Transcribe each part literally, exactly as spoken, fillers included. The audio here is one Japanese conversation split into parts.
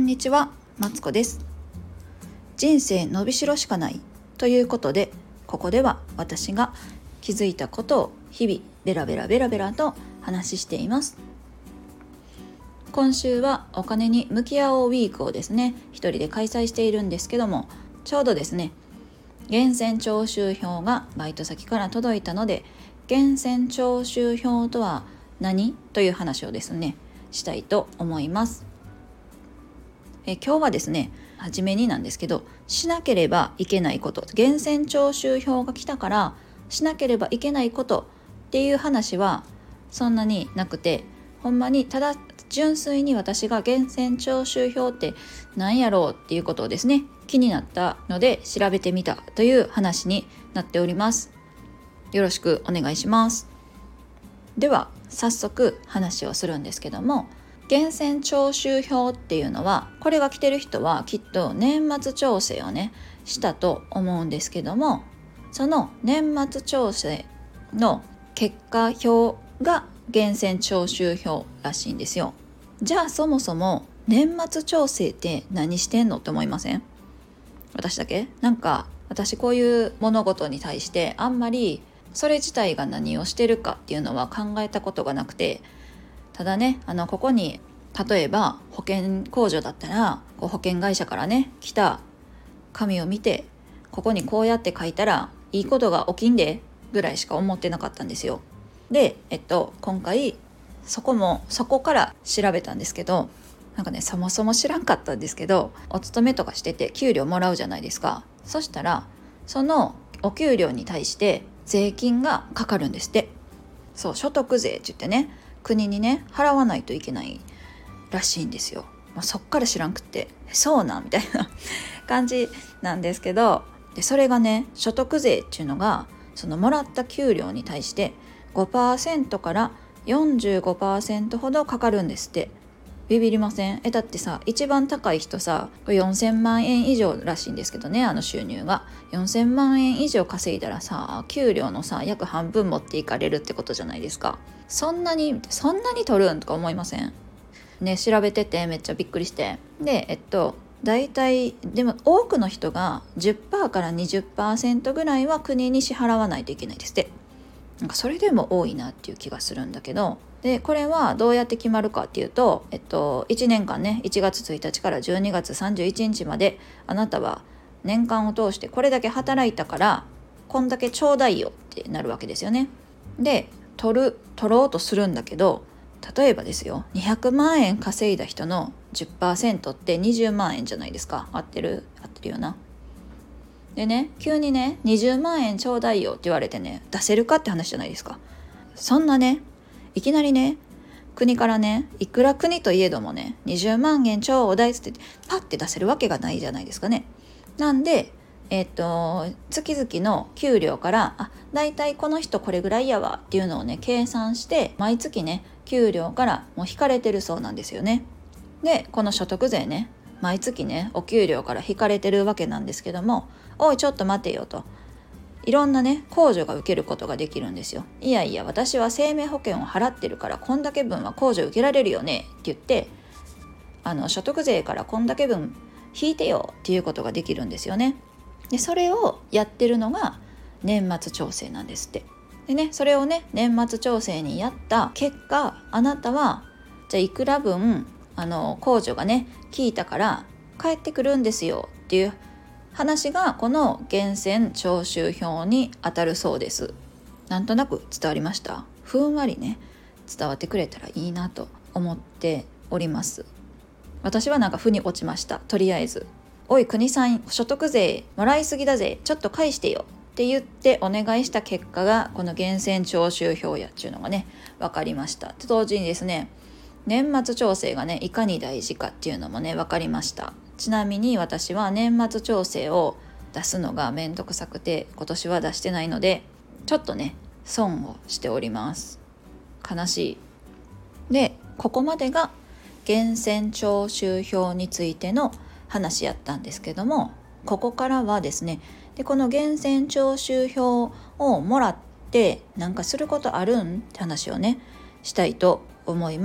んにちは、マツコです。人生伸びしろしかないということで、ここでは私が気づいたことを日々ベラベラベラベラと話しています。今週はお金に向き合おうウィークをですね、一人で開催しているんですけども、ちょうどですね、源泉徴収票がバイト先から届いたので、源泉徴収票とは何という話をですね、したいと思います。え今日はですね、初めになんですけど、しなければいけないこと、源泉徴収票が来たからしなければいけないことっていう話はそんなになくて、ほんまにただ純粋に私が源泉徴収票って何やろうっていうことをですね、気になったので調べてみたという話になっております。よろしくお願いします。では早速話をするんですけども、源泉徴収票っていうのは、これが来てる人はきっと年末調整をねしたと思うんですけども、その年末調整の結果表が源泉徴収票らしいんですよ。じゃあそもそも年末調整って何してんのって思いません？私だけ？なんか私こういう物事に対してあんまりそれ自体が何をしてるかっていうのは考えたことがなくて、ただね、あのここに例えば保険控除だったら、こう保険会社からね来た紙を見て、ここにこうやって書いたらいいことが起きんでぐらいしか思ってなかったんですよ。で、えっと今回そこもそこから調べたんですけど、なんかね、そもそも知らんかったんですけど、お勤めとかしてて給料もらうじゃないですか。そしたらそのお給料に対して税金がかかるんですって。そう、所得税って言ってね、国にね払わないといけないらしいんですよ。まあ、そっから知らんくってそうなんみたいな感じなんですけど、でそれがね、所得税っていうのがそのもらった給料に対して ごパーセント から よんじゅうごパーセント ほどかかるんですって。ビビりません？えだってさ、一番高い人さよんせんまんえん以上らしいんですけどね、あの収入がよんせんまんえん以上稼いだらさ、給料のさ約半分持っていかれるってことじゃないですか。そんなにそんなに取るんとか思いません？ね、調べててめっちゃびっくりして、でえっと大体でも多くの人が じゅっパーセント から にじゅっパーセント ぐらいは国に支払わないといけないですって。なんかそれでも多いなっていう気がするんだけど、でこれはどうやって決まるかっていうと、えっと、いちねんかんね、いちがつついたちからじゅうにがつさんじゅういちにちまで、あなたは年間を通してこれだけ働いたからこんだけちょうだいよってなるわけですよね。で取る取ろうとするんだけど、例えばですよ、にひゃくまんえん稼いだ人の じゅっパーセント ってにじゅうまんえんじゃないですか。合ってる合ってるよな。でね、急にねにじゅうまんえんちょうだいよって言われてね、出せるかって話じゃないですか。そんなね、いきなりね、国からね、いくら国といえどもね、にじゅうまんえんちょうだいっつってパッて出せるわけがないじゃないですかね。なんでえっと月々の給料から、あ、だいたいこの人これぐらいやわっていうのをね計算して、毎月ね給料からもう引かれてるそうなんですよね。でこの所得税ね、毎月ねお給料から引かれてるわけなんですけども、おいちょっと待てよと、いろんなね控除が受けることができるんですよ。いやいや、私は生命保険を払ってるからこんだけ分は控除受けられるよねって言って、あの所得税からこんだけ分引いてよっていうことができるんですよね。でそれをやってるのが年末調整なんですって。でね、それをね年末調整にやった結果、あなたはじゃあいくら分あの控除がね効いたから返ってくるんですよっていう話が、この源泉徴収票に当たるそうです。なんとなく伝わりました？ふんわりね伝わってくれたらいいなと思っております。私はなんか腑に落ちました。とりあえず、おい国さん、所得税もらいすぎだぜ、ちょっと返してよって言ってお願いした結果がこの源泉徴収票やっていうのがね分かりました。と同時にですね、年末調整がねいかに大事かっていうのもね分かりました。ちなみに私は年末調整を出すのがめんどくさくて今年は出してないので、ちょっとね損をしております。悲しい。でここまでが源泉徴収票についての話やったんですけども、ここからはですね、でこの源泉徴収票をもらってなんかすることあるんって話をねしたいと思います。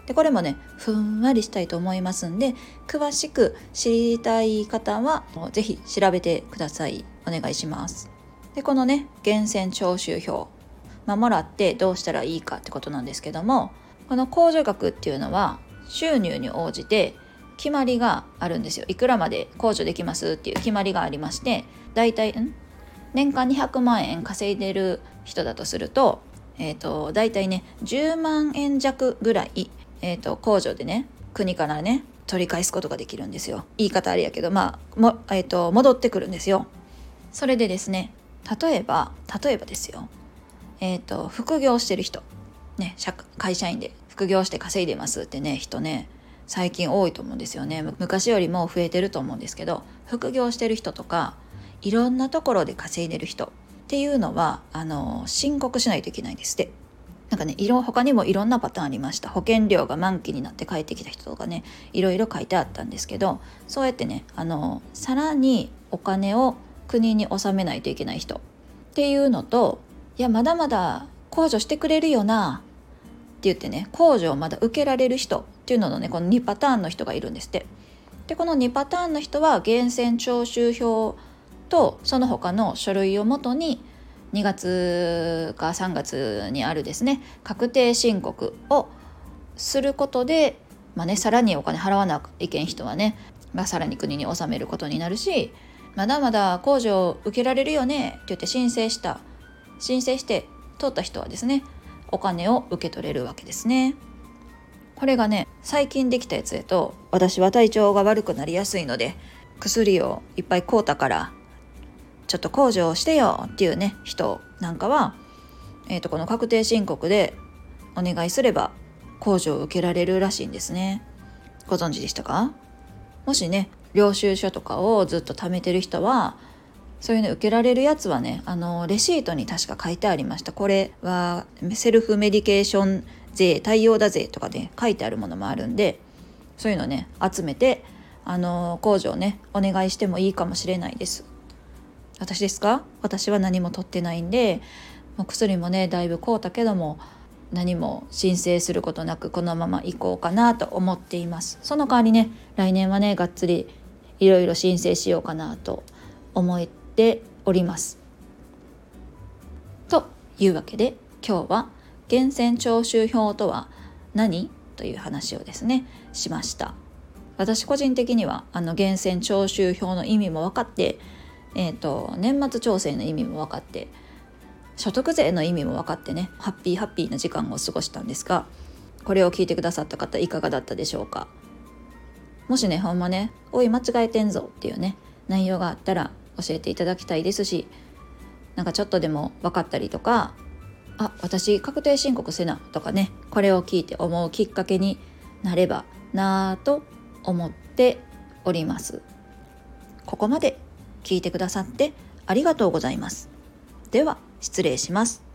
でこれもねふんわりしたいと思いますんで、詳しく知りたい方はぜひ調べてください。お願いします。でこのね源泉徴収票、まあ、もらってどうしたらいいかってことなんですけども、この控除額っていうのは収入に応じて決まりがあるんですよ。いくらまで控除できますっていう決まりがありまして、だいたいん年間にひゃくまんえん稼いでる人だとすると、えーと、だいたいねじゅうまんえん弱ぐらい、えーと、控除でね国からね取り返すことができるんですよ。言い方あれやけど、まあも、えーと、戻ってくるんですよ。それでですね、例えば例えばですよ、えーと、副業してる人、ね、会社員で副業して稼いでますってね人ね最近多いと思うんですよね。昔よりも増えてると思うんですけど、副業してる人とかいろんなところで稼いでる人っていうのはあの申告しないといけないんですって。なんかねいろ他にもいろんなパターンありました。保険料が満期になって帰ってきた人とかねいろいろ書いてあったんですけど、そうやってねあのさらにお金を国に納めないといけない人っていうのと、いやまだまだ控除してくれるよなって言ってね控除をまだ受けられる人っていうののねこのにパターンの人がいるんですって。でこのにパターンの人は源泉徴収票とその他の書類をもとににがつかさんがつにあるですね確定申告をすることで、まあね、さらにお金払わなきゃいけん人はね、まあ、さらに国に納めることになるし、まだまだ控除を受けられるよねって言って申請した申請して通った人はですねお金を受け取れるわけですね。これがね最近できたやつだと、私は体調が悪くなりやすいので薬をいっぱい買うたからちょっと控除をしてよっていうね人なんかは、えーと、この確定申告でお願いすれば控除を受けられるらしいんですね。ご存知でしたか？もしね領収書とかをずっと貯めてる人はそういうね受けられるやつはねあのレシートに確か書いてありました。これはセルフメディケーション税対応だ税とかで、ね、書いてあるものもあるんで、そういうのね集めてあの控除をねお願いしてもいいかもしれないです。私ですか？私は何も取ってないんで、もう薬もねだいぶ買うたけども何も申請することなくこのまま行こうかなと思っています。その代わりね来年はねがっつりいろいろ申請しようかなと思っております。というわけで今日は源泉徴収票とは何という話をですねしました。私個人的にはあの源泉徴収票の意味も分かって、えーと、年末調整の意味も分かって所得税の意味も分かってねハッピーハッピーな時間を過ごしたんですが、これを聞いてくださった方いかがだったでしょうか。もしねほんまねおい間違えてんぞっていうね内容があったら教えていただきたいですし、なんかちょっとでも分かったりとか、あ私確定申告せなとかねこれを聞いて思うきっかけになればなぁと思っております。ここまで聞いてくださってありがとうございます。では失礼します。